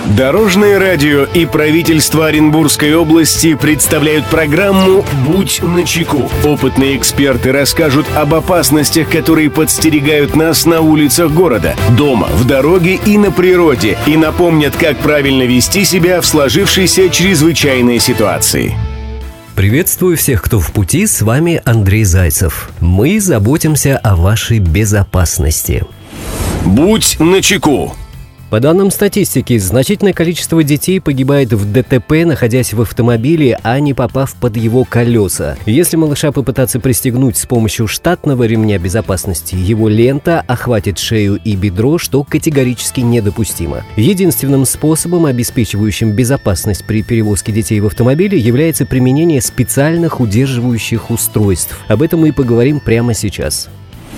Дорожное радио и правительство Оренбургской области представляют программу «Будь начеку». Опытные эксперты расскажут об опасностях, которые подстерегают нас на улицах города, дома, в дороге и на природе, и напомнят, как правильно вести себя в сложившейся чрезвычайной ситуации. Приветствую всех, кто в пути, с вами Андрей Зайцев. Мы заботимся о вашей безопасности. Будь начеку. По данным статистики, значительное количество детей погибает в ДТП, находясь в автомобиле, а не попав под его колеса. Если малыша попытаться пристегнуть с помощью штатного ремня безопасности, его лента охватит шею и бедро, что категорически недопустимо. Единственным способом, обеспечивающим безопасность при перевозке детей в автомобиле, является применение специальных удерживающих устройств. Об этом мы и поговорим прямо сейчас.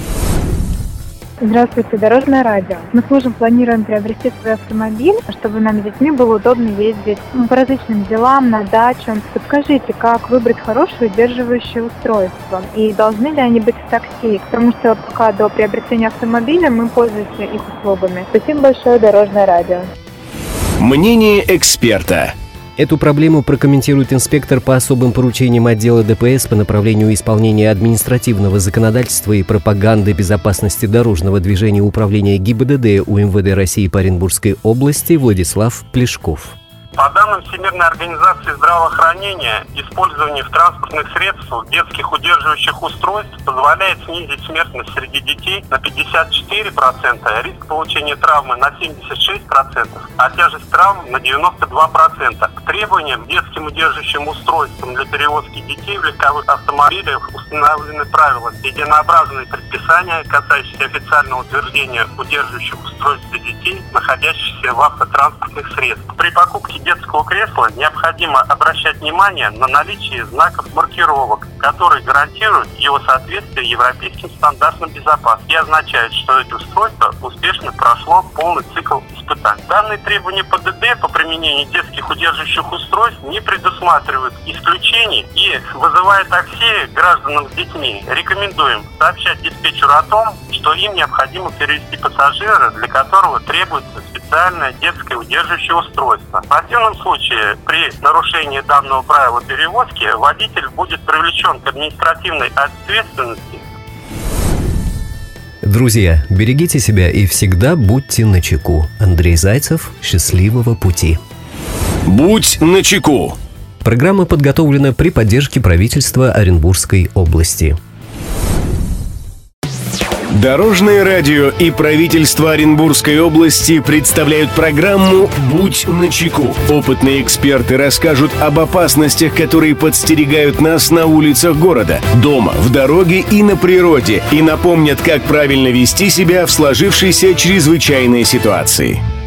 Здравствуйте, Дорожное радио. Мы с мужем планируем приобрести свой автомобиль, чтобы нам с детьми было удобно ездить по различным делам, на дачу. Подскажите, как выбрать хорошее удерживающее устройство? И должны ли они быть в такси? Потому что пока до приобретения автомобиля мы пользуемся их услугами. Спасибо большое, Дорожное радио. Мнение эксперта. Эту проблему прокомментирует инспектор по особым поручениям отдела ДПС по направлению исполнения административного законодательства и пропаганды безопасности дорожного движения Управления ГИБДД УМВД России по Оренбургской области Владислав Плешков. По данным Всемирной организации здравоохранения, использование в транспортных средствах детских удерживающих устройств позволяет снизить смертность среди детей на 54%, риск получения травмы на 76%, а тяжесть травм на 92%. К требованиям к детским удерживающим устройствам для перевозки детей в легковых автомобилях установлены правила, единообразные предписания, касающиеся официального утверждения удерживающих устройств для детей, находящихся в автотранспортных средствах. При покупке детского кресла необходимо обращать внимание на наличие знаков маркировок, которые гарантируют его соответствие европейским стандартам безопасности и означают, что это устройство успешно прошло полный цикл испытаний. Данные требования ПДД по применению детских удерживающих устройств не предусматривают исключений, и, вызывая такси гражданам с детьми, рекомендуем сообщать диспетчеру о том, что им необходимо перевести пассажира, для которого требуется специальное детское удерживающее устройство. В противном случае, при нарушении данного правила перевозки, водитель будет привлечен к административной ответственности. Друзья, берегите себя и всегда будьте начеку. Андрей Зайцев, счастливого пути. Будь начеку. Программа подготовлена при поддержке правительства Оренбургской области. Дорожное радио и правительство Оренбургской области представляют программу «Будь начеку». Опытные эксперты расскажут об опасностях, которые подстерегают нас на улицах города, дома, в дороге и на природе, и напомнят, как правильно вести себя в сложившейся чрезвычайной ситуации.